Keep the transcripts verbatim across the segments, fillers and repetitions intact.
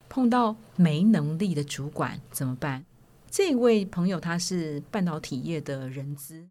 碰到没能力的主管怎么办？这位朋友他是半导体业的人资。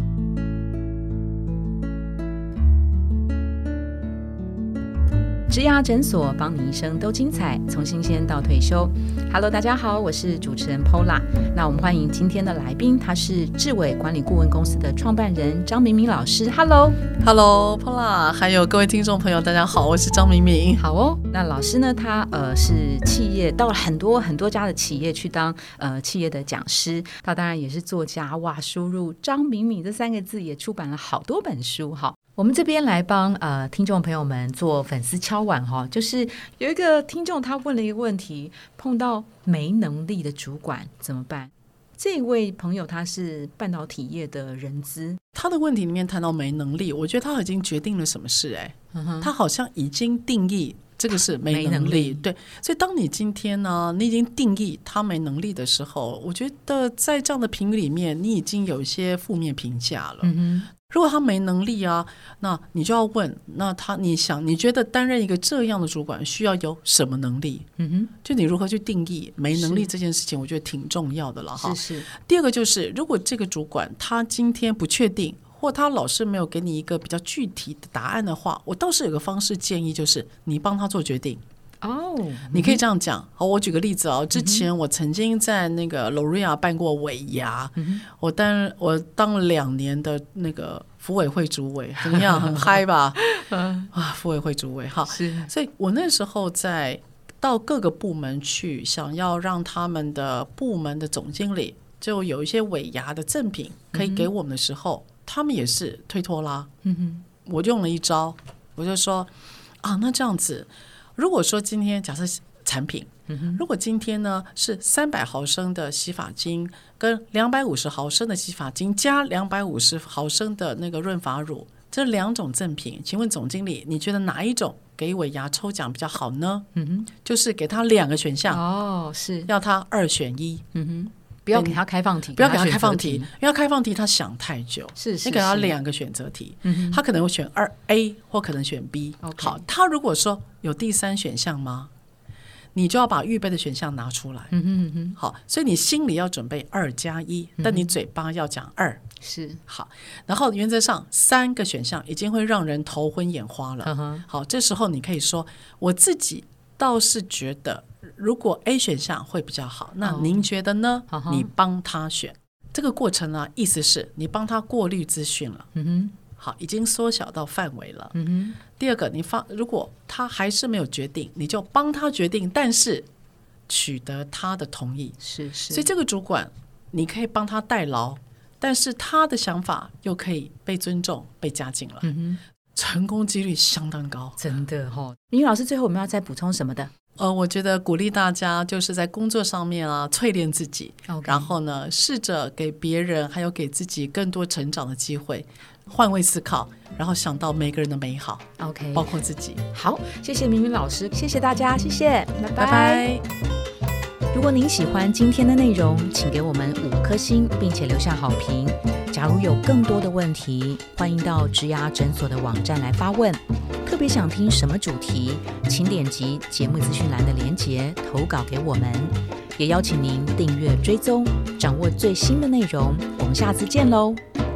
职涯诊所，帮你一生都精彩，从新鲜到退休。Hello， 大家好，我是主持人 Paula。那我们欢迎今天的来宾，他是智伟管理顾问公司的创办人张明明老师。Hello，Hello Paula， 还有各位听众朋友，大家好，我是张明明。 好哦，那老师呢，他呃是企业到了很多很多家的企业去当呃企业的讲师，他当然也是作家。哇，输入张明明这三个字也出版了好多本书哈。我们这边来帮呃听众朋友们做粉丝敲碗哈，就是有一个听众他问了一个问题，碰到没能力的主管怎么办？这位朋友他是半导体业的人资， 他的问题里面谈到没能力，我觉得他已经决定了什么事哎、嗯，他好像已经定义这个是没能力，没能力对，所以当你今天呢，你已经定义他没能力的时候，我觉得在这样的评语里面，你已经有一些负面评价了。嗯如果他没能力啊，那你就要问，那他你想你觉得担任一个这样的主管需要有什么能力？嗯哼，就你如何去定义没能力这件事情，我觉得挺重要的了哈。 是是。 第二个就是，如果这个主管他今天不确定，或他老是没有给你一个比较具体的答案的话，我倒是有个方式建议，就是你帮他做决定。哦、oh, 你可以这样讲。好，我举个例子哦。之前我曾经在那个 L'Oreal 办过尾牙，嗯、我当我当了两年的那个福委会主委，怎么样？很嗨吧？啊，福委会主委哈。所以我那时候在到各个部门去，想要让他们的部门的总经理就有一些尾牙的赠品可以给我们的时候，嗯、他们也是推脱啦。嗯哼，我用了一招，我就说啊，那这样子。如果说今天假设产品，嗯、如果今天呢是三百毫升的洗发精跟两百五十毫升的洗发精加两百五十毫升的那个润发乳，这两种赠品，请问总经理，你觉得哪一种给尾牙抽奖比较好呢？嗯、就是给他两个选项哦，是要他二选一。嗯哼。 不要给他开放题， 不要给他开放题，因为开放题他想太久。 是是是， 你给他两个选择题，嗯、他可能会选二 A 或可能选 B。Okay. 好，他如果说有第三选项吗？你就要把预备的选项拿出来。嗯哼嗯哼，好，所以你心里要准备二加一，但你嘴巴要讲二。 是好，然后原则上三个选项已经会让人头昏眼花了。嗯、好，这时候你可以说，我自己倒是觉得。如果 A 选项会比较好，那您觉得呢？哦、你帮他选，这个过程呢、啊，意思是你帮他过滤资讯了。嗯哼，好，已经缩小到范围了。嗯哼，第二个，你放，如果他还是没有决定，你就帮他决定，但是取得他的同意。 是是， 所以这个主管你可以帮他代劳，但是他的想法又可以被尊重、被加进了。嗯哼，成功几率相当高， 真的哈、哦。明宇老师，最后我们要再补充什么的？ 呃，我觉得鼓励大家就是在工作上面啊淬炼自己， okay. 然后呢试着给别人还有给自己更多成长的机会，换位思考，然后想到每个人的美好 OK， 包括自己。 好，谢谢明明老师，谢谢大家，谢谢，拜拜拜拜。 如果您喜欢今天的内容，请给我们五颗星并且留下好评。假如有更多的问题，欢迎到职涯诊所的网站来发问。特别想听什么主题，请点击节目资讯栏的连结投稿给我们，也邀请您订阅追踪，掌握最新的内容。我们下次见喽。